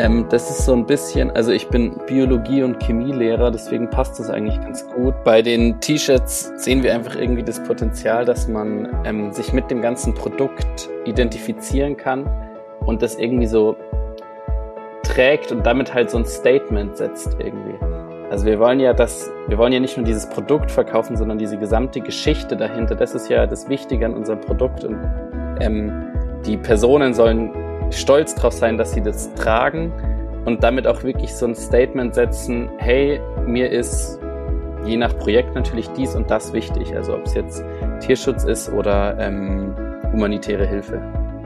Das ist so ein bisschen, also ich bin Biologie- und Chemielehrer, deswegen passt das eigentlich ganz gut. Bei den T-Shirts sehen wir einfach irgendwie das Potenzial, dass man sich mit dem ganzen Produkt identifizieren kann und das irgendwie so trägt und damit halt so ein Statement setzt irgendwie. Also wir wollen ja nicht nur dieses Produkt verkaufen, sondern diese gesamte Geschichte dahinter. Das ist ja das Wichtige an unserem Produkt und die Personen sollen stolz drauf sein, dass sie das tragen und damit auch wirklich so ein Statement setzen, hey, mir ist je nach Projekt natürlich dies und das wichtig. Also ob es jetzt Tierschutz ist oder humanitäre Hilfe.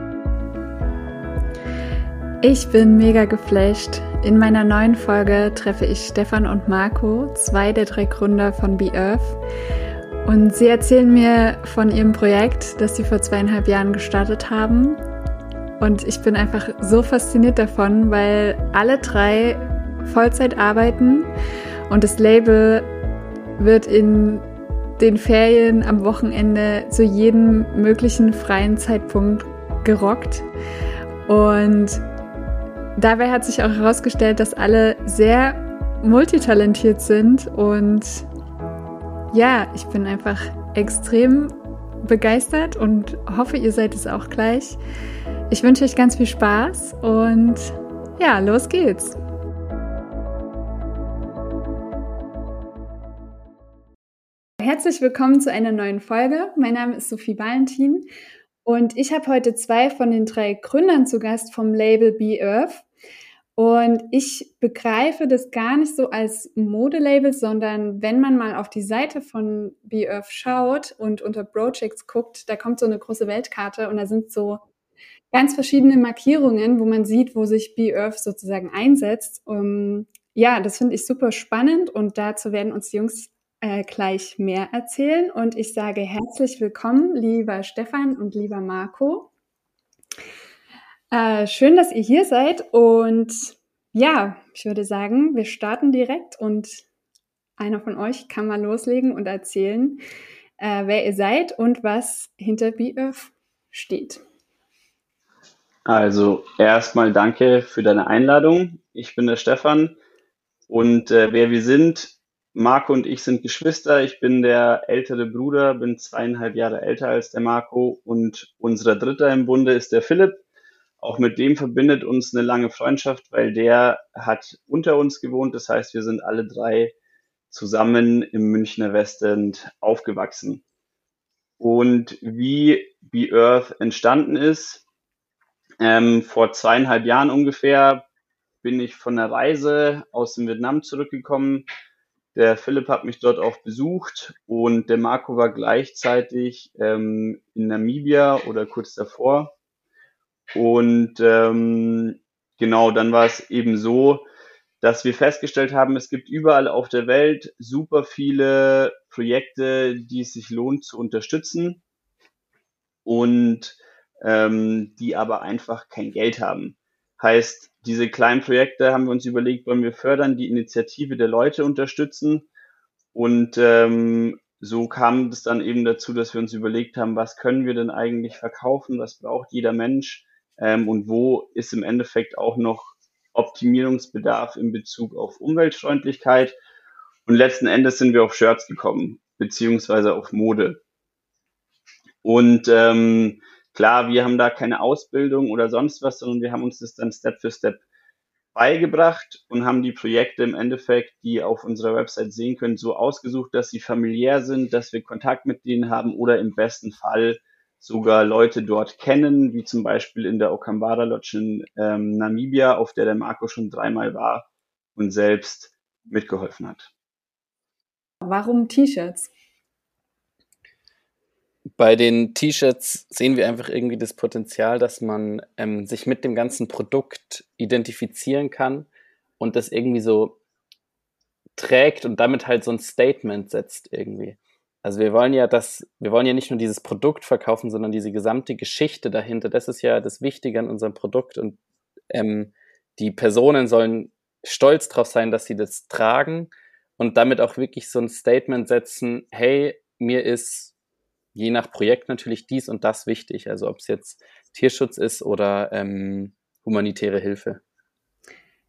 Ich bin mega geflasht. In meiner neuen Folge treffe ich Stefan und Marco, 2 der 3 Gründer von Be Earth. Und sie erzählen mir von ihrem Projekt, das sie vor 2,5 Jahren gestartet haben. Und ich bin einfach so fasziniert davon, weil alle 3 Vollzeit arbeiten und das Label wird in den Ferien am Wochenende zu jedem möglichen freien Zeitpunkt gerockt. Und dabei hat sich auch herausgestellt, dass alle sehr multitalentiert sind und ja, ich bin einfach extrem begeistert und hoffe, ihr seid es auch gleich. Ich wünsche euch ganz viel Spaß und ja, los geht's. Herzlich willkommen zu einer neuen Folge. Mein Name ist Sophie Valentin und ich habe heute 2 von den 3 Gründern zu Gast vom Label Be Earth. Und ich begreife das gar nicht so als Modelabel, sondern wenn man mal auf die Seite von Be Earth schaut und unter Projects guckt, da kommt so eine große Weltkarte und da sind so ganz verschiedene Markierungen, wo man sieht, wo sich Be Earth sozusagen einsetzt. Ja, das finde ich super spannend und dazu werden uns die Jungs gleich mehr erzählen. Und ich sage herzlich willkommen, lieber Stefan und lieber Marco. Schön, dass ihr hier seid und ja, ich würde sagen, wir starten direkt und einer von euch kann mal loslegen und erzählen, wer ihr seid und was hinter Be Earth steht. Also erstmal danke für deine Einladung. Ich bin der Stefan und wer wir sind, Marco und ich sind Geschwister. Ich bin der ältere Bruder, bin 2,5 Jahre älter als der Marco und unser Dritter im Bunde ist der Philipp. Auch mit dem verbindet uns eine lange Freundschaft, weil der hat unter uns gewohnt. Das heißt, wir sind alle 3 zusammen im Münchner Westend aufgewachsen. Und wie Be Earth entstanden ist, vor 2,5 Jahren ungefähr bin ich von einer Reise aus dem Vietnam zurückgekommen. Der Philipp hat mich dort auch besucht und der Marco war gleichzeitig in Namibia oder kurz davor. Und genau, dann war es eben so, dass wir festgestellt haben, es gibt überall auf der Welt super viele Projekte, die es sich lohnt zu unterstützen und die aber einfach kein Geld haben. Heißt, diese kleinen Projekte haben wir uns überlegt, wollen wir fördern, die Initiative der Leute unterstützen und so kam es dann eben dazu, dass wir uns überlegt haben, was können wir denn eigentlich verkaufen, was braucht jeder Mensch und wo ist im Endeffekt auch noch Optimierungsbedarf in Bezug auf Umweltfreundlichkeit. Und letzten Endes sind wir auf Shirts gekommen, beziehungsweise auf Mode. Und klar, wir haben da keine Ausbildung oder sonst was, sondern wir haben uns das dann Step für Step beigebracht und haben die Projekte im Endeffekt, die ihr auf unserer Website sehen könnt, so ausgesucht, dass sie familiär sind, dass wir Kontakt mit denen haben oder im besten Fall sogar Leute dort kennen, wie zum Beispiel in der Okambara Lodge in Namibia, auf der Marco schon 3-mal war und selbst mitgeholfen hat. Warum T-Shirts? Bei den T-Shirts sehen wir einfach irgendwie das Potenzial, dass man sich mit dem ganzen Produkt identifizieren kann und das irgendwie so trägt und damit halt so ein Statement setzt irgendwie. Also wir wollen ja nicht nur dieses Produkt verkaufen, sondern diese gesamte Geschichte dahinter. Das ist ja das Wichtige an unserem Produkt und die Personen sollen stolz drauf sein, dass sie das tragen und damit auch wirklich so ein Statement setzen, hey, mir ist je nach Projekt natürlich dies und das wichtig. Also ob es jetzt Tierschutz ist oder humanitäre Hilfe.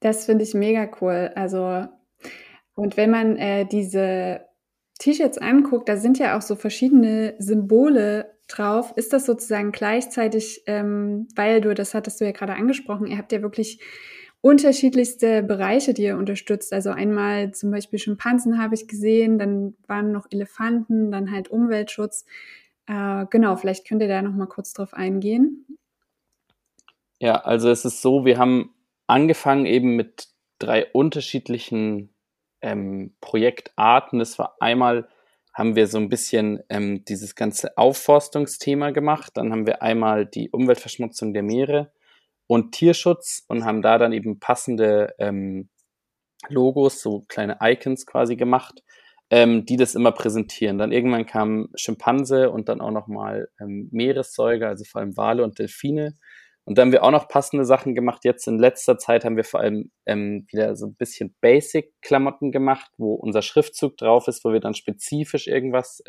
Das finde ich mega cool. Also, und wenn man diese T-Shirts anguckt, da sind ja auch so verschiedene Symbole drauf. Ist das sozusagen gleichzeitig, weil das hattest du ja gerade angesprochen, ihr habt ja wirklich unterschiedlichste Bereiche, die ihr unterstützt. Also einmal zum Beispiel Schimpansen habe ich gesehen, dann waren noch Elefanten, dann halt Umweltschutz. Genau, vielleicht könnt ihr da noch mal kurz drauf eingehen. Ja, also es ist so, wir haben angefangen eben mit 3 unterschiedlichen Projektarten. Das war einmal, haben wir so ein bisschen dieses ganze Aufforstungsthema gemacht. Dann haben wir einmal die Umweltverschmutzung der Meere und Tierschutz und haben da dann eben passende Logos, so kleine Icons quasi gemacht, die das immer präsentieren. Dann irgendwann kam Schimpanse und dann auch nochmal Meeressäuger, also vor allem Wale und Delfine. Und dann haben wir auch noch passende Sachen gemacht. Jetzt in letzter Zeit haben wir vor allem wieder so ein bisschen Basic-Klamotten gemacht, wo unser Schriftzug drauf ist, wo wir dann spezifisch irgendwas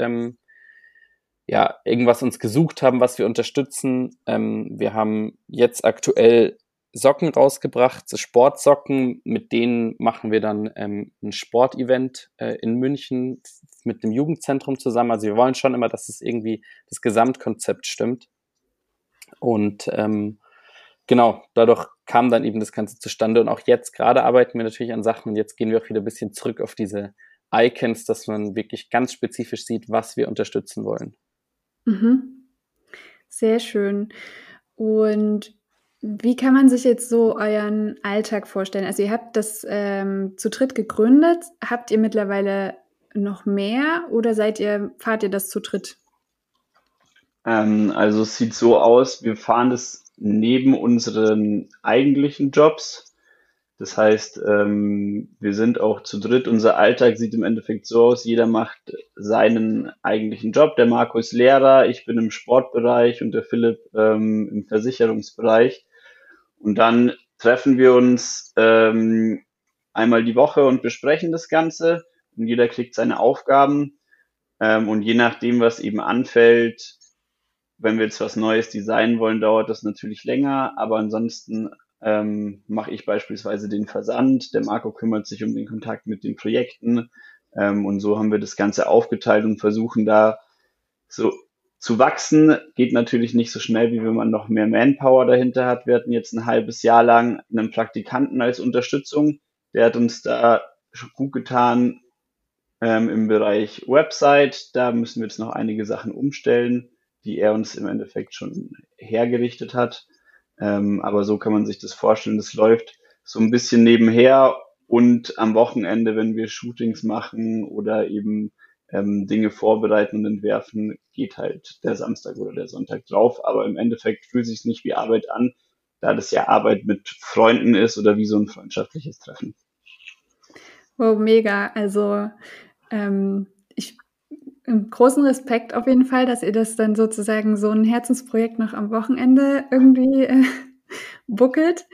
uns gesucht haben, was wir unterstützen. Wir haben jetzt aktuell Socken rausgebracht, so Sportsocken, mit denen machen wir dann ein Sportevent in München mit dem Jugendzentrum zusammen. Also wir wollen schon immer, dass es irgendwie das Gesamtkonzept stimmt. Und genau, dadurch kam dann eben das Ganze zustande. Und auch jetzt gerade arbeiten wir natürlich an Sachen und jetzt gehen wir auch wieder ein bisschen zurück auf diese Icons, dass man wirklich ganz spezifisch sieht, was wir unterstützen wollen. Mhm. Sehr schön. Und wie kann man sich jetzt so euren Alltag vorstellen? Also ihr habt das zu dritt gegründet. Habt ihr mittlerweile noch mehr oder fahrt ihr das zu dritt? Also es sieht so aus, wir fahren das neben unseren eigentlichen Jobs. Das heißt, wir sind auch zu dritt. Unser Alltag sieht im Endeffekt so aus, jeder macht seinen eigentlichen Job. Der Marco ist Lehrer, ich bin im Sportbereich und der Philipp im Versicherungsbereich. Und dann treffen wir uns einmal die Woche und besprechen das Ganze. Und jeder kriegt seine Aufgaben. Und je nachdem, was eben anfällt, wenn wir jetzt was Neues designen wollen, dauert das natürlich länger. Aber ansonsten mache ich beispielsweise den Versand. Der Marco kümmert sich um den Kontakt mit den Projekten. Und so haben wir das Ganze aufgeteilt und versuchen da so zu wachsen. Geht natürlich nicht so schnell, wie wenn man noch mehr Manpower dahinter hat. Wir hatten jetzt ein halbes Jahr lang einen Praktikanten als Unterstützung. Der hat uns da gut getan im Bereich Website. Da müssen wir jetzt noch einige Sachen umstellen, die er uns im Endeffekt schon hergerichtet hat. Aber so kann man sich das vorstellen. Das läuft so ein bisschen nebenher und am Wochenende, wenn wir Shootings machen oder eben Dinge vorbereiten und entwerfen, geht halt der Samstag oder der Sonntag drauf. Aber im Endeffekt fühlt es sich nicht wie Arbeit an, da das ja Arbeit mit Freunden ist oder wie so ein freundschaftliches Treffen. Oh, mega. Also ich großen Respekt auf jeden Fall, dass ihr das dann sozusagen so ein Herzensprojekt noch am Wochenende irgendwie buckelt.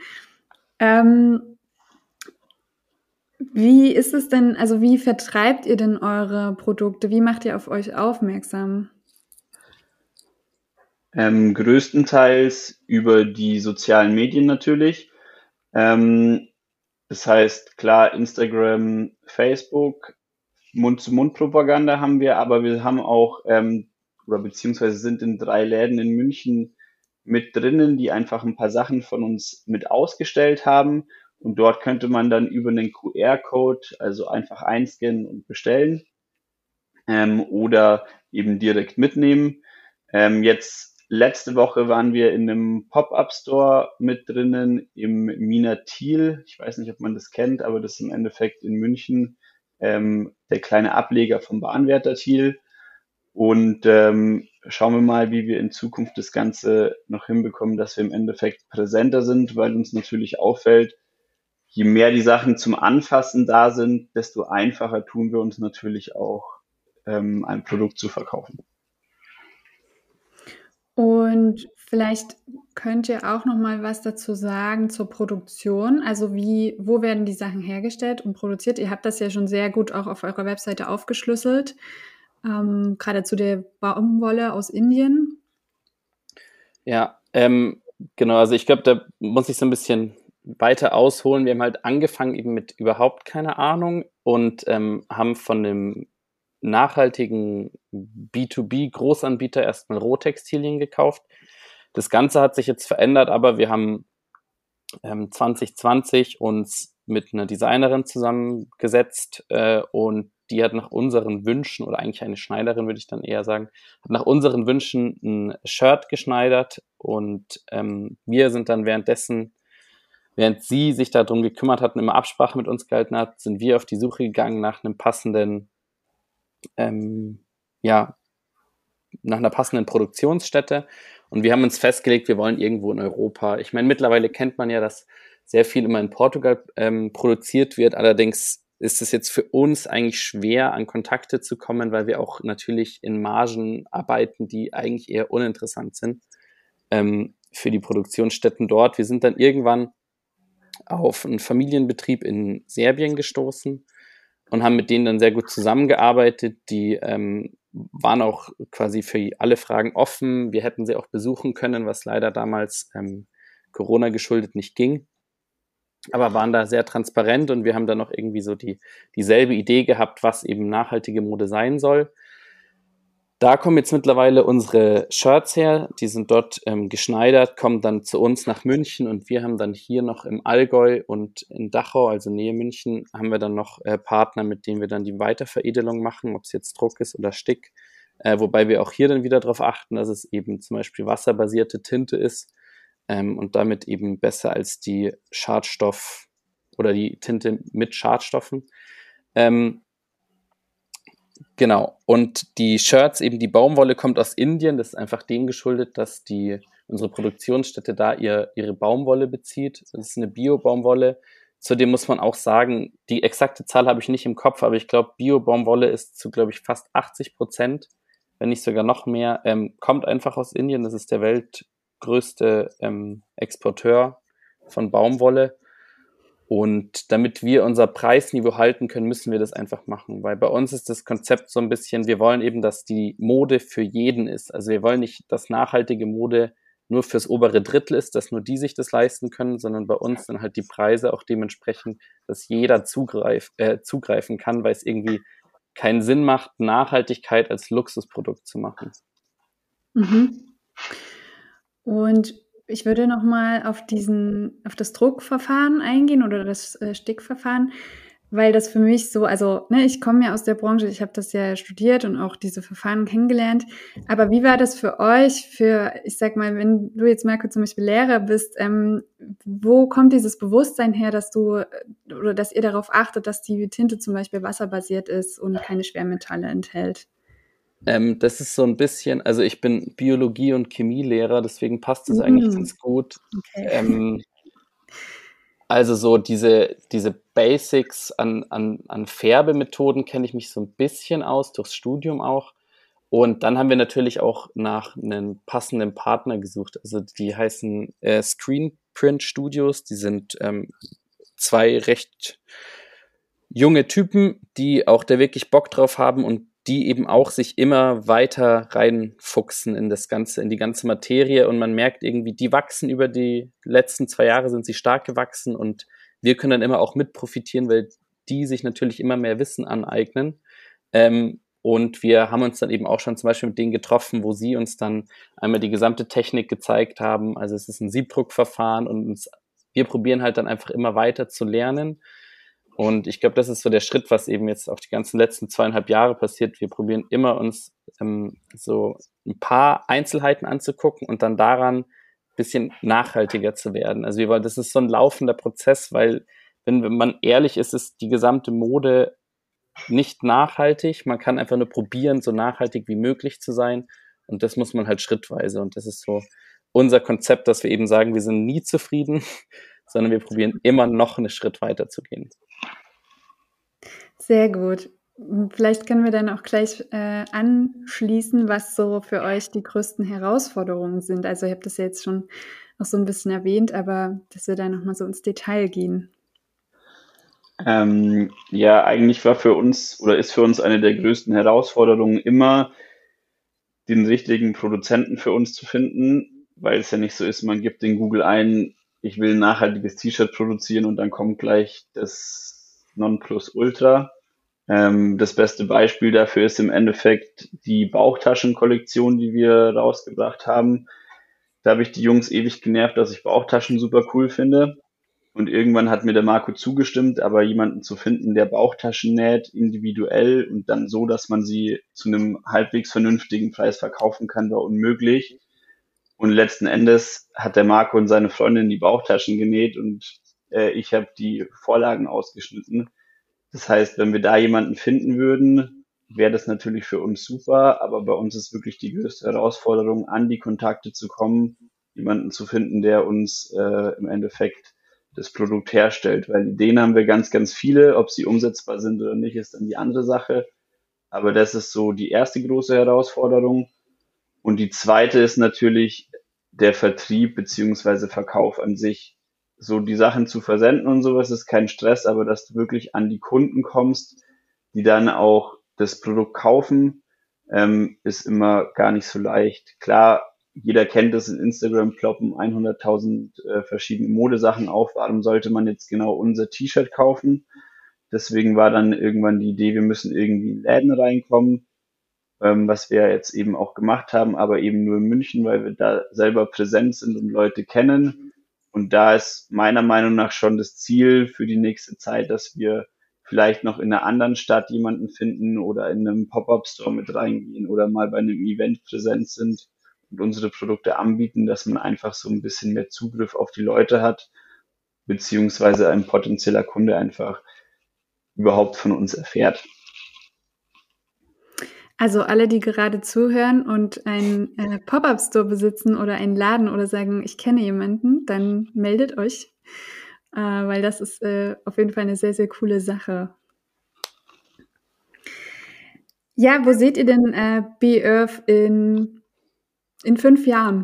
Wie ist es denn, also wie vertreibt ihr denn eure Produkte? Wie macht ihr auf euch aufmerksam? Größtenteils über die sozialen Medien natürlich. Das heißt, klar, Instagram, Facebook, Mund-zu-Mund-Propaganda haben wir, aber wir haben auch, oder beziehungsweise sind in 3 Läden in München mit drinnen, die einfach ein paar Sachen von uns mit ausgestellt haben. Und dort könnte man dann über einen QR-Code, also einfach einscannen und bestellen, oder eben direkt mitnehmen. Jetzt letzte Woche waren wir in einem Pop-up-Store mit drinnen im Mina Thiel. Ich weiß nicht, ob man das kennt, aber das ist im Endeffekt in München der kleine Ableger vom Bahnwärter Thiel. Und schauen wir mal, wie wir in Zukunft das Ganze noch hinbekommen, dass wir im Endeffekt präsenter sind, weil uns natürlich auffällt, je mehr die Sachen zum Anfassen da sind, desto einfacher tun wir uns natürlich auch, ein Produkt zu verkaufen. Und vielleicht könnt ihr auch noch mal was dazu sagen zur Produktion. Also wo werden die Sachen hergestellt und produziert? Ihr habt das ja schon sehr gut auch auf eurer Webseite aufgeschlüsselt, gerade zu der Baumwolle aus Indien. Ja, genau. Also ich glaube, da muss ich so ein bisschen weiter ausholen. Wir haben halt angefangen eben mit überhaupt keine Ahnung und haben von einem nachhaltigen B2B-Großanbieter erstmal Rohtextilien gekauft. Das Ganze hat sich jetzt verändert, aber wir haben 2020 uns mit einer Designerin zusammengesetzt und die hat nach unseren Wünschen, oder eigentlich eine Schneiderin, würde ich dann eher sagen, hat nach unseren Wünschen ein Shirt geschneidert und wir sind dann währenddessen, während sie sich darum gekümmert hat und immer Absprache mit uns gehalten hat, sind wir auf die Suche gegangen nach einem passenden, nach einer passenden Produktionsstätte. Und wir haben uns festgelegt, wir wollen irgendwo in Europa. Ich meine, mittlerweile kennt man ja, dass sehr viel immer in Portugal produziert wird. Allerdings ist es jetzt für uns eigentlich schwer, an Kontakte zu kommen, weil wir auch natürlich in Margen arbeiten, die eigentlich eher uninteressant sind für die Produktionsstätten dort. Wir sind dann irgendwann auf einen Familienbetrieb in Serbien gestoßen und haben mit denen dann sehr gut zusammengearbeitet. Die waren auch quasi für alle Fragen offen. Wir hätten sie auch besuchen können, was leider damals Corona geschuldet nicht ging. Aber waren da sehr transparent und wir haben dann noch irgendwie so dieselbe Idee gehabt, was eben nachhaltige Mode sein soll. Da kommen jetzt mittlerweile unsere Shirts her, die sind dort geschneidert, kommen dann zu uns nach München und wir haben dann hier noch im Allgäu und in Dachau, also Nähe München, haben wir dann noch Partner, mit denen wir dann die Weiterveredelung machen, ob es jetzt Druck ist oder Stick, wobei wir auch hier dann wieder darauf achten, dass es eben zum Beispiel wasserbasierte Tinte ist und damit eben besser als die Schadstoff oder die Tinte mit Schadstoffen. Genau, und die Shirts, eben die Baumwolle kommt aus Indien, das ist einfach dem geschuldet, dass unsere Produktionsstätte da ihre Baumwolle bezieht. Das ist eine Bio-Baumwolle. Zudem muss man auch sagen, die exakte Zahl habe ich nicht im Kopf, aber ich glaube, Bio-Baumwolle ist zu, glaube ich, fast 80%, wenn nicht sogar noch mehr, kommt einfach aus Indien. Das ist der weltgrößte Exporteur von Baumwolle. Und damit wir unser Preisniveau halten können, müssen wir das einfach machen. Weil bei uns ist das Konzept so ein bisschen, wir wollen eben, dass die Mode für jeden ist. Also wir wollen nicht, dass nachhaltige Mode nur fürs obere Drittel ist, dass nur die sich das leisten können, sondern bei uns sind halt die Preise auch dementsprechend, dass jeder zugreifen kann, weil es irgendwie keinen Sinn macht, Nachhaltigkeit als Luxusprodukt zu machen. Mhm. Und ich würde nochmal auf das Druckverfahren eingehen oder das Stickverfahren, weil das für mich so, also ich komme ja aus der Branche, ich habe das ja studiert und auch diese Verfahren kennengelernt, aber wie war das für euch, ich sag mal, wenn du jetzt, Marco, zum Beispiel Lehrer bist, wo kommt dieses Bewusstsein her, dass ihr darauf achtet, dass die Tinte zum Beispiel wasserbasiert ist und keine Schwermetalle enthält? Das ist so ein bisschen, also ich bin Biologie- und Chemielehrer, deswegen passt das eigentlich ganz gut. Okay. Also so diese Basics an Färbemethoden kenne ich mich so ein bisschen aus, durchs Studium auch. Und dann haben wir natürlich auch nach einem passenden Partner gesucht. Also die heißen Screenprint Studios, die sind zwei recht junge Typen, die auch da wirklich Bock drauf haben und die eben auch sich immer weiter reinfuchsen in das Ganze, in die ganze Materie, und man merkt irgendwie, die wachsen über die letzten 2 Jahre, sind sie stark gewachsen und wir können dann immer auch mit profitieren, weil die sich natürlich immer mehr Wissen aneignen. Und wir haben uns dann eben auch schon zum Beispiel mit denen getroffen, wo sie uns dann einmal die gesamte Technik gezeigt haben. Also es ist ein Siebdruckverfahren und wir probieren halt dann einfach immer weiter zu lernen. Und ich glaube, das ist so der Schritt, was eben jetzt auch die ganzen letzten 2,5 Jahre passiert. Wir probieren immer uns so ein paar Einzelheiten anzugucken und dann daran ein bisschen nachhaltiger zu werden. Also das ist so ein laufender Prozess, weil wenn man ehrlich ist, ist die gesamte Mode nicht nachhaltig. Man kann einfach nur probieren, so nachhaltig wie möglich zu sein. Und das muss man halt schrittweise. Und das ist so unser Konzept, dass wir eben sagen, wir sind nie zufrieden, sondern wir probieren immer noch einen Schritt weiter zu gehen. Sehr gut. Vielleicht können wir dann auch gleich anschließen, was so für euch die größten Herausforderungen sind. Also ihr habt das ja jetzt schon auch so ein bisschen erwähnt, aber dass wir da nochmal so ins Detail gehen. Ja, eigentlich war für uns oder ist für uns eine der größten Herausforderungen immer, den richtigen Produzenten für uns zu finden, weil es ja nicht so ist, man gibt in Google ein, ich will ein nachhaltiges T-Shirt produzieren und dann kommt gleich das Nonplusultra. Das beste Beispiel dafür ist im Endeffekt die Bauchtaschenkollektion, die wir rausgebracht haben. Da habe ich die Jungs ewig genervt, dass ich Bauchtaschen super cool finde. Und irgendwann hat mir der Marco zugestimmt, aber jemanden zu finden, der Bauchtaschen näht, individuell und dann so, dass man sie zu einem halbwegs vernünftigen Preis verkaufen kann, war unmöglich. Und letzten Endes hat der Marco und seine Freundin die Bauchtaschen genäht und ich habe die Vorlagen ausgeschnitten. Das heißt, wenn wir da jemanden finden würden, wäre das natürlich für uns super, aber bei uns ist wirklich die größte Herausforderung, an die Kontakte zu kommen, jemanden zu finden, der uns im Endeffekt das Produkt herstellt, weil Ideen haben wir ganz, ganz viele. Ob sie umsetzbar sind oder nicht, ist dann die andere Sache. Aber das ist so die erste große Herausforderung. Und die zweite ist natürlich der Vertrieb beziehungsweise Verkauf an sich. So die Sachen zu versenden und sowas ist kein Stress, aber dass du wirklich an die Kunden kommst, die dann auch das Produkt kaufen, ist immer gar nicht so leicht. Klar, jeder kennt es, in Instagram ploppen 100.000 verschiedene Modesachen auf. Warum sollte man jetzt genau unser T-Shirt kaufen? Deswegen war dann irgendwann die Idee, wir müssen irgendwie in Läden reinkommen, was wir jetzt eben auch gemacht haben, aber eben nur in München, weil wir da selber präsent sind und Leute kennen. Und da ist meiner Meinung nach schon das Ziel für die nächste Zeit, dass wir vielleicht noch in einer anderen Stadt jemanden finden oder in einem Pop-up-Store mit reingehen oder mal bei einem Event präsent sind und unsere Produkte anbieten, dass man einfach so ein bisschen mehr Zugriff auf die Leute hat, beziehungsweise ein potenzieller Kunde einfach überhaupt von uns erfährt. Also alle, die gerade zuhören und einen Pop-up-Store besitzen oder einen Laden oder sagen, ich kenne jemanden, dann meldet euch, weil das ist auf jeden Fall eine sehr, sehr coole Sache. Ja, wo seht ihr denn Be-Earth in 5 Jahren?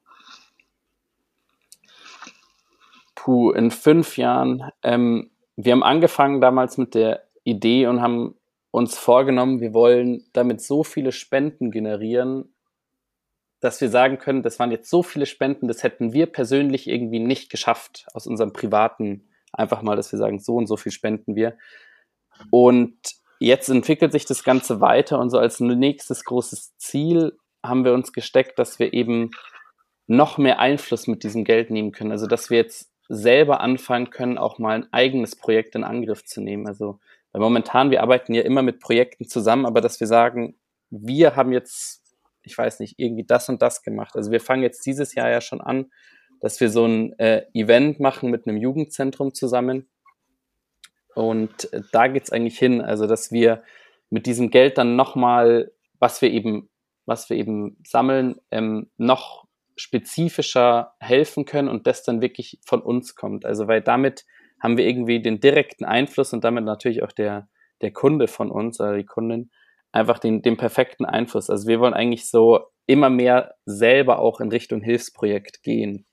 In 5 Jahren. Wir haben angefangen damals mit der Idee und haben uns vorgenommen, wir wollen damit so viele Spenden generieren, dass wir sagen können, das waren jetzt so viele Spenden, das hätten wir persönlich irgendwie nicht geschafft aus unserem privaten, einfach mal, dass wir sagen, so und so viel spenden wir. Und jetzt entwickelt sich das Ganze weiter und so als nächstes großes Ziel haben wir uns gesteckt, dass wir eben noch mehr Einfluss mit diesem Geld nehmen können. Also dass wir jetzt selber anfangen können, auch mal ein eigenes Projekt in Angriff zu nehmen. Also weil momentan, wir arbeiten ja immer mit Projekten zusammen, aber dass wir sagen, wir haben jetzt, ich weiß nicht, irgendwie das und das gemacht. Also wir fangen jetzt dieses Jahr ja schon an, dass wir so ein Event machen mit einem Jugendzentrum zusammen. Und da geht's eigentlich hin, also dass wir mit diesem Geld dann nochmal, was wir eben sammeln, noch spezifischer helfen können und das dann wirklich von uns kommt. Also weil damit haben wir irgendwie den direkten Einfluss und damit natürlich auch der Kunde von uns oder die Kundin einfach den perfekten Einfluss. Also wir wollen eigentlich so immer mehr selber auch in Richtung Hilfsprojekt gehen.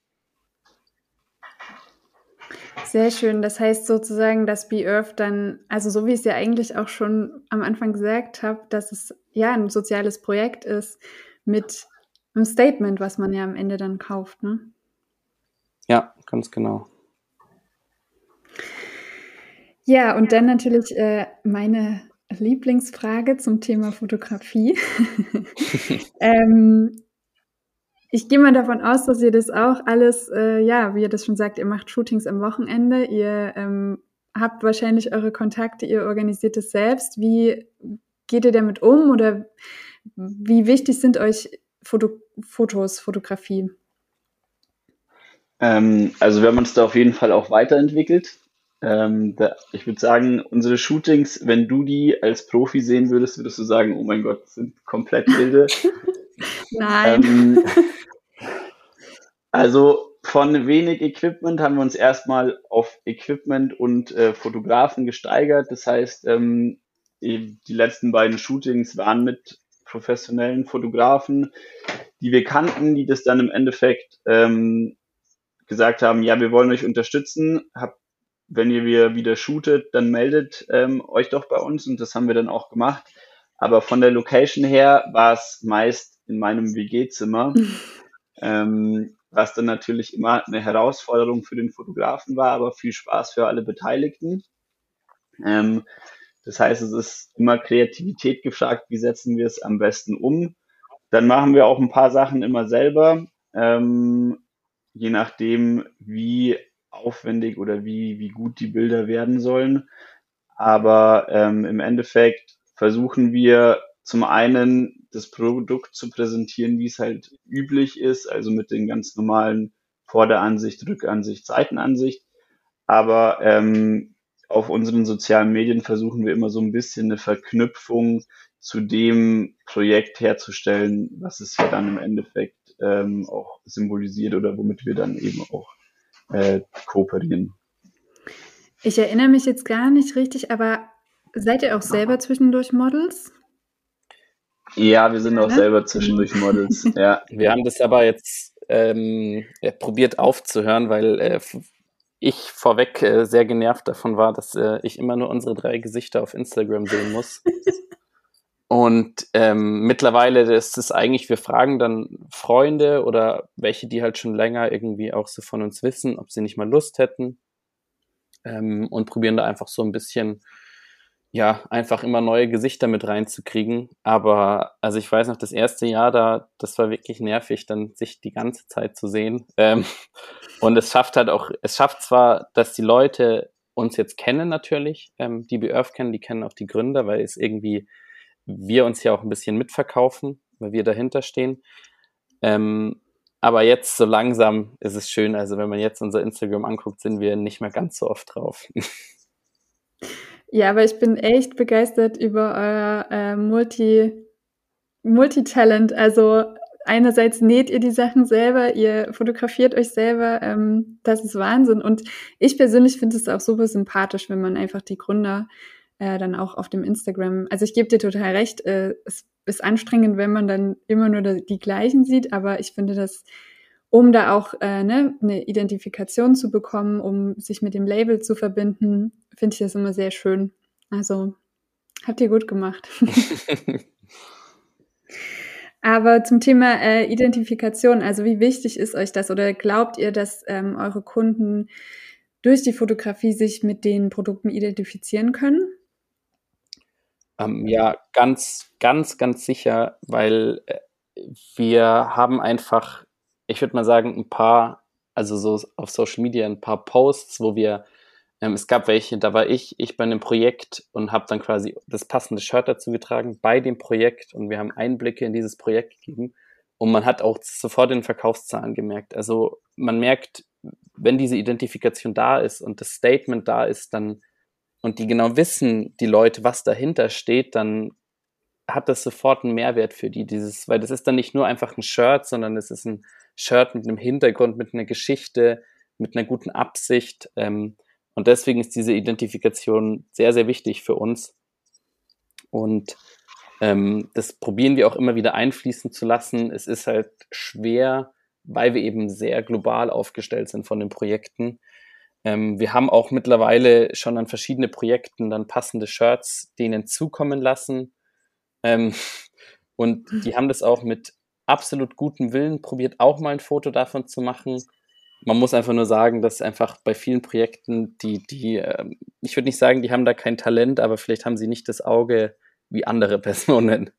Sehr schön. Das heißt sozusagen, dass Be-Earth dann, also so wie ich es ja eigentlich auch schon am Anfang gesagt habe, dass es ja ein soziales Projekt ist mit einem Statement, was man ja am Ende dann kauft, ne? Ja, ganz genau. Ja, und dann natürlich meine Lieblingsfrage zum Thema Fotografie. Ich gehe mal davon aus, dass ihr das auch alles, wie ihr das schon sagt, ihr macht Shootings am Wochenende, ihr habt wahrscheinlich eure Kontakte, ihr organisiert es selbst. Wie geht ihr damit um oder wie wichtig sind euch Fotografie? Also wir haben uns da auf jeden Fall auch weiterentwickelt. Ich würde sagen, unsere Shootings, wenn du die als Profi sehen würdest, würdest du sagen, oh mein Gott, das sind komplett wilde. Nein. Also von wenig Equipment haben wir uns erstmal auf Equipment und Fotografen gesteigert. Das heißt, die letzten beiden Shootings waren mit professionellen Fotografen, die wir kannten, die das dann im Endeffekt gesagt haben, ja, wir wollen euch unterstützen, wenn ihr wieder shootet, dann meldet euch doch bei uns und das haben wir dann auch gemacht. Aber von der Location her war es meist in meinem WG-Zimmer. was dann natürlich immer eine Herausforderung für den Fotografen war, aber viel Spaß für alle Beteiligten. Das heißt, es ist immer Kreativität gefragt, wie setzen wir es am besten um. Dann machen wir auch ein paar Sachen immer selber, je nachdem, wie aufwendig oder wie gut die Bilder werden sollen. Aber im Endeffekt versuchen wir zum einen das Produkt zu präsentieren, wie es halt üblich ist, also mit den ganz normalen Vorderansicht, Rückansicht, Seitenansicht. Aber auf unseren sozialen Medien versuchen wir immer so ein bisschen eine Verknüpfung zu dem Projekt herzustellen, was es ja dann im Endeffekt auch symbolisiert oder womit wir dann eben auch kooperieren. Ich erinnere mich jetzt gar nicht richtig, aber seid ihr auch selber zwischendurch Models? Ja, wir sind auch selber zwischendurch Models. Ja. Wir haben das aber jetzt probiert aufzuhören, weil ich vorweg sehr genervt davon war, dass ich immer nur unsere 3 Gesichter auf Instagram sehen muss. Und mittlerweile ist es eigentlich, wir fragen dann Freunde oder welche, die halt schon länger irgendwie auch so von uns wissen, ob sie nicht mal Lust hätten, und probieren da einfach so ein bisschen, ja, einfach immer neue Gesichter mit reinzukriegen. Aber also ich weiß noch, das erste Jahr das war wirklich nervig, dann sich die ganze Zeit zu sehen. Und es schafft zwar, dass die Leute uns jetzt kennen natürlich, die BeEarth kennen, die kennen auch die Gründer, weil es irgendwie wir uns ja auch ein bisschen mitverkaufen, weil wir dahinter stehen. Aber jetzt so langsam ist es schön. Also wenn man jetzt unser Instagram anguckt, sind wir nicht mehr ganz so oft drauf. Ja, aber ich bin echt begeistert über euer Multitalent. Also einerseits näht ihr die Sachen selber, ihr fotografiert euch selber. Das ist Wahnsinn. Und ich persönlich finde es auch super sympathisch, wenn man einfach die Gründer dann auch auf dem Instagram, also ich gebe dir total recht, es ist anstrengend, wenn man dann immer nur die gleichen sieht, aber ich finde das, um da auch eine Identifikation zu bekommen, um sich mit dem Label zu verbinden, finde ich das immer sehr schön. Also habt ihr gut gemacht. Aber zum Thema Identifikation, also wie wichtig ist euch das oder glaubt ihr, dass eure Kunden durch die Fotografie sich mit den Produkten identifizieren können? Ja, ganz, ganz, ganz sicher, weil wir haben einfach, ich würde mal sagen, ein paar, also so auf Social Media ein paar Posts, wo wir, es gab welche, da war ich bei einem Projekt und habe dann quasi das passende Shirt dazu getragen bei dem Projekt und wir haben Einblicke in dieses Projekt gegeben und man hat auch sofort in den Verkaufszahlen gemerkt. Also man merkt, wenn diese Identifikation da ist und das Statement da ist, dann und die genau wissen, die Leute, was dahinter steht, dann hat das sofort einen Mehrwert für die, weil das ist dann nicht nur einfach ein Shirt, sondern es ist ein Shirt mit einem Hintergrund, mit einer Geschichte, mit einer guten Absicht. Und deswegen ist diese Identifikation sehr, sehr wichtig für uns. Und das probieren wir auch immer wieder einfließen zu lassen. Es ist halt schwer, weil wir eben sehr global aufgestellt sind von den Projekten. Wir haben auch mittlerweile schon an verschiedene Projekten dann passende Shirts denen zukommen lassen. Und die haben das auch mit absolut gutem Willen probiert, auch mal ein Foto davon zu machen. Man muss einfach nur sagen, dass einfach bei vielen Projekten ich würde nicht sagen, die haben da kein Talent, aber vielleicht haben sie nicht das Auge wie andere Personen.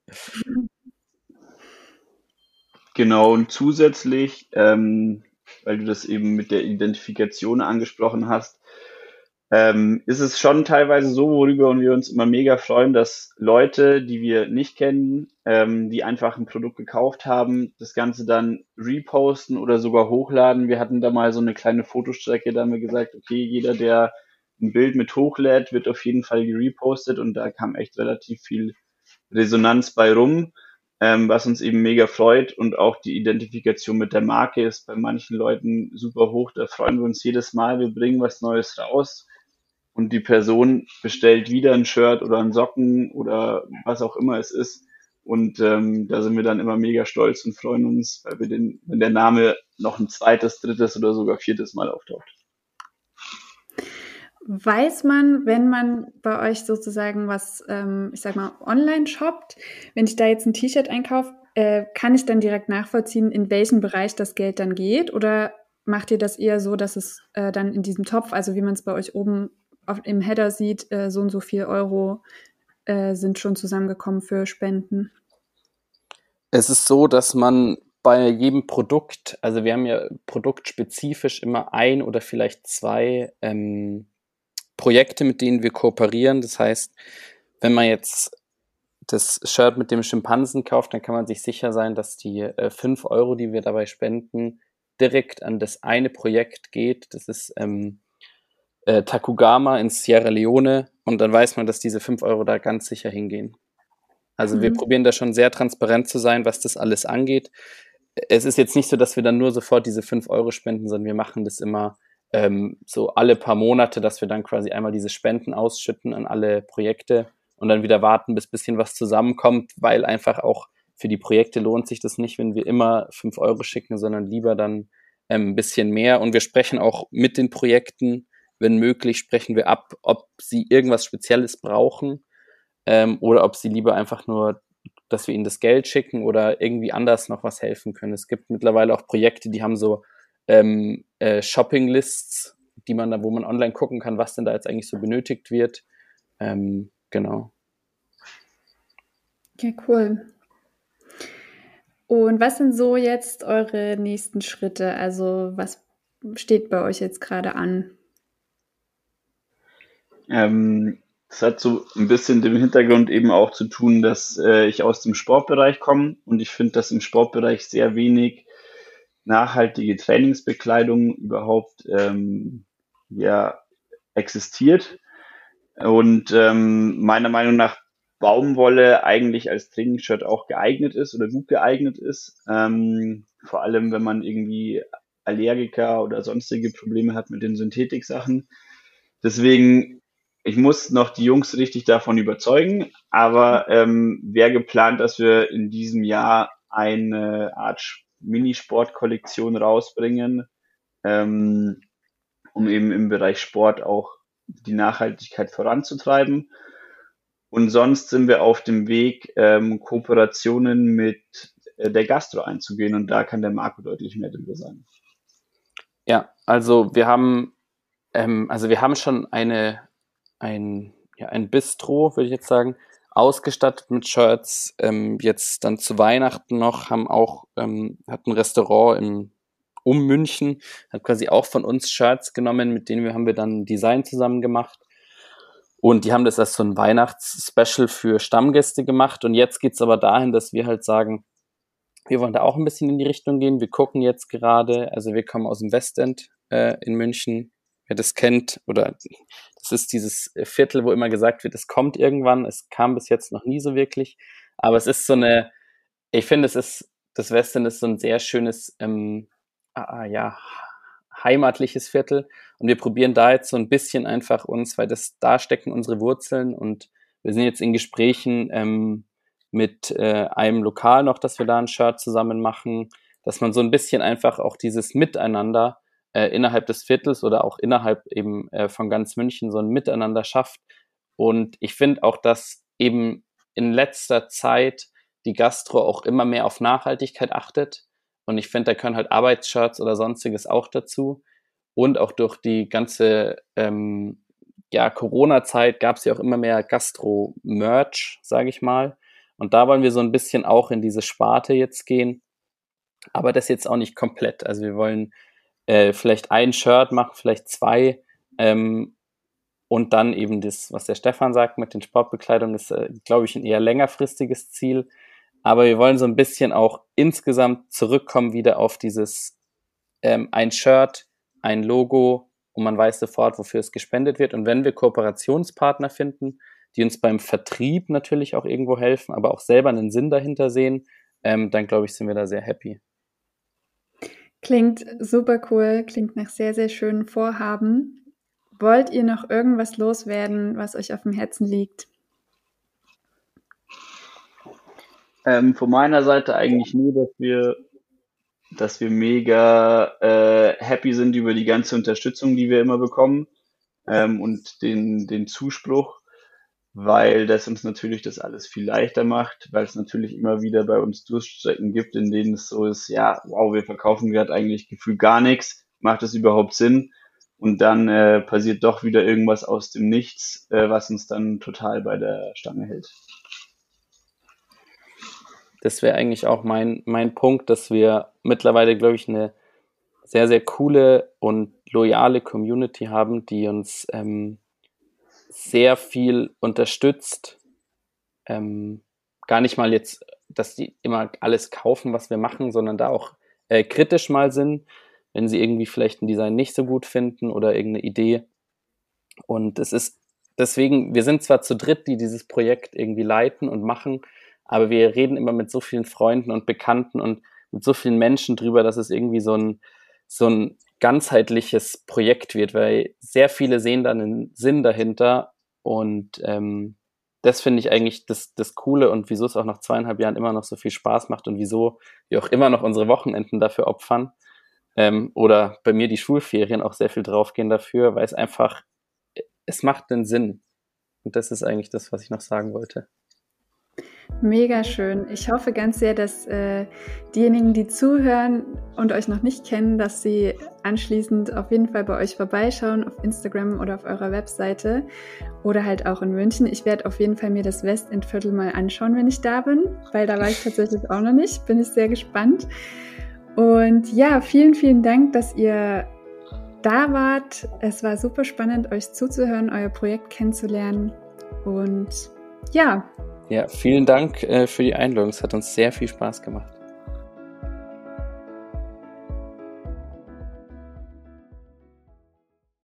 Genau, und zusätzlich, weil du das eben mit der Identifikation angesprochen hast, ist es schon teilweise so, worüber wir uns immer mega freuen, dass Leute, die wir nicht kennen, die einfach ein Produkt gekauft haben, das Ganze dann reposten oder sogar hochladen. Wir hatten da mal so eine kleine Fotostrecke, da haben wir gesagt, okay, jeder, der ein Bild mit hochlädt, wird auf jeden Fall gerepostet und da kam echt relativ viel Resonanz bei rum, was uns eben mega freut und auch die Identifikation mit der Marke ist bei manchen Leuten super hoch. Da freuen wir uns jedes Mal, wir bringen was Neues raus und die Person bestellt wieder ein Shirt oder ein Socken oder was auch immer es ist. Und da sind wir dann immer mega stolz und freuen uns, weil wenn der Name noch ein zweites, drittes oder sogar viertes Mal auftaucht. Weiß man, wenn man bei euch sozusagen was, ich sag mal, online shoppt, wenn ich da jetzt ein T-Shirt einkaufe, kann ich dann direkt nachvollziehen, in welchen Bereich das Geld dann geht? Oder macht ihr das eher so, dass es dann in diesem Topf, also wie man es bei euch oben im Header sieht, so und so viel Euro sind schon zusammengekommen für Spenden? Es ist so, dass man bei jedem Produkt, also wir haben ja produktspezifisch immer ein oder vielleicht zwei Projekte, mit denen wir kooperieren. Das heißt, wenn man jetzt das Shirt mit dem Schimpansen kauft, dann kann man sich sicher sein, dass die 5 Euro, die wir dabei spenden, direkt an das eine Projekt geht. Das ist Takugama in Sierra Leone, und dann weiß man, dass diese 5 Euro da ganz sicher hingehen. Also wir probieren da schon sehr transparent zu sein, was das alles angeht. Es ist jetzt nicht so, dass wir dann nur sofort diese 5 Euro spenden, sondern wir machen das immer so alle paar Monate, dass wir dann quasi einmal diese Spenden ausschütten an alle Projekte und dann wieder warten, bis ein bisschen was zusammenkommt, weil einfach auch für die Projekte lohnt sich das nicht, wenn wir immer 5 Euro schicken, sondern lieber dann ein bisschen mehr. Und wir sprechen auch mit den Projekten, wenn möglich, sprechen wir ab, ob sie irgendwas Spezielles brauchen oder ob sie lieber einfach nur, dass wir ihnen das Geld schicken oder irgendwie anders noch was helfen können. Es gibt mittlerweile auch Projekte, die haben so Shopping-Lists, wo man online gucken kann, was denn da jetzt eigentlich so benötigt wird. Genau. Ja, cool. Und was sind so jetzt eure nächsten Schritte? Also was steht bei euch jetzt gerade an? Das hat so ein bisschen dem Hintergrund eben auch zu tun, dass ich aus dem Sportbereich komme und ich finde, dass im Sportbereich sehr wenig nachhaltige Trainingsbekleidung überhaupt existiert. Und meiner Meinung nach Baumwolle eigentlich als Trainingsshirt auch geeignet ist oder gut geeignet ist. Vor allem, wenn man irgendwie Allergiker oder sonstige Probleme hat mit den Synthetiksachen. Deswegen, ich muss noch die Jungs richtig davon überzeugen, aber wäre geplant, dass wir in diesem Jahr eine Art Minisport-Kollektion rausbringen, um eben im Bereich Sport auch die Nachhaltigkeit voranzutreiben. Und sonst sind wir auf dem Weg, Kooperationen mit der Gastro einzugehen, und da kann der Marco deutlich mehr drüber sagen. Ja, also wir haben schon ein Bistro, würde ich jetzt sagen, ausgestattet mit Shirts. Jetzt dann zu Weihnachten noch hat ein Restaurant um München, hat quasi auch von uns Shirts genommen, mit denen haben wir dann ein Design zusammen gemacht. Und die haben das als so ein Weihnachtsspecial für Stammgäste gemacht. Und jetzt geht's aber dahin, dass wir halt sagen, wir wollen da auch ein bisschen in die Richtung gehen. Wir gucken jetzt gerade, also wir kommen aus dem Westend in München. Wer das kennt, oder das ist dieses Viertel, wo immer gesagt wird, es kommt irgendwann. Es kam bis jetzt noch nie so wirklich. Aber es ist ich finde, das Westend ist so ein sehr schönes, heimatliches Viertel. Und wir probieren da jetzt so ein bisschen einfach weil da stecken unsere Wurzeln, und wir sind jetzt in Gesprächen mit einem Lokal noch, dass wir da ein Shirt zusammen machen, dass man so ein bisschen einfach auch dieses Miteinander innerhalb des Viertels oder auch innerhalb eben von ganz München so ein Miteinander schafft. Und ich finde auch, dass eben in letzter Zeit die Gastro auch immer mehr auf Nachhaltigkeit achtet. Und ich finde, da können halt Arbeitsshirts oder sonstiges auch dazu. Und auch durch die ganze Corona-Zeit gab es ja auch immer mehr Gastro-Merch, sage ich mal. Und da wollen wir so ein bisschen auch in diese Sparte jetzt gehen. Aber das jetzt auch nicht komplett. Also wir wollen vielleicht ein Shirt machen, vielleicht zwei. Und dann eben das, was der Stefan sagt mit den Sportbekleidungen, ist, glaube ich, ein eher längerfristiges Ziel. Aber wir wollen so ein bisschen auch insgesamt zurückkommen wieder auf dieses ein Shirt, ein Logo, und man weiß sofort, wofür es gespendet wird. Und wenn wir Kooperationspartner finden, die uns beim Vertrieb natürlich auch irgendwo helfen, aber auch selber einen Sinn dahinter sehen, dann glaube ich, sind wir da sehr happy. Klingt super cool, klingt nach sehr, sehr schönen Vorhaben. Wollt ihr noch irgendwas loswerden, was euch auf dem Herzen liegt? Von meiner Seite eigentlich nur, dass wir mega happy sind über die ganze Unterstützung, die wir immer bekommen, und den Zuspruch. weil das uns natürlich das alles viel leichter macht, weil es natürlich immer wieder bei uns Durststrecken gibt, in denen es so ist, ja, wow, wir verkaufen gerade eigentlich gefühlt gar nichts, macht das überhaupt Sinn? Und dann passiert doch wieder irgendwas aus dem Nichts, was uns dann total bei der Stange hält. Das wäre eigentlich auch mein Punkt, dass wir mittlerweile, glaube ich, eine sehr, sehr coole und loyale Community haben, die uns sehr viel unterstützt. Gar nicht mal jetzt, dass die immer alles kaufen, was wir machen, sondern da auch kritisch mal sind, wenn sie irgendwie vielleicht ein Design nicht so gut finden oder irgendeine Idee. Und es ist deswegen, wir sind zwar zu dritt, die dieses Projekt irgendwie leiten und machen, aber wir reden immer mit so vielen Freunden und Bekannten und mit so vielen Menschen drüber, dass es irgendwie so ein ganzheitliches Projekt wird, weil sehr viele sehen dann einen Sinn dahinter und das finde ich eigentlich das Coole und wieso es auch nach 2,5 Jahren immer noch so viel Spaß macht und wieso wir auch immer noch unsere Wochenenden dafür opfern oder bei mir die Schulferien auch sehr viel draufgehen dafür, weil es einfach, es macht einen Sinn und das ist eigentlich das, was ich noch sagen wollte. Mega schön. Ich hoffe ganz sehr, dass diejenigen, die zuhören und euch noch nicht kennen, dass sie anschließend auf jeden Fall bei euch vorbeischauen auf Instagram oder auf eurer Webseite oder halt auch in München. Ich werde auf jeden Fall mir das Westendviertel mal anschauen, wenn ich da bin, weil da war ich tatsächlich auch noch nicht. Bin ich sehr gespannt. Und ja, vielen, vielen Dank, dass ihr da wart. Es war super spannend, euch zuzuhören, euer Projekt kennenzulernen und ja. Ja, vielen Dank für die Einladung. Es hat uns sehr viel Spaß gemacht.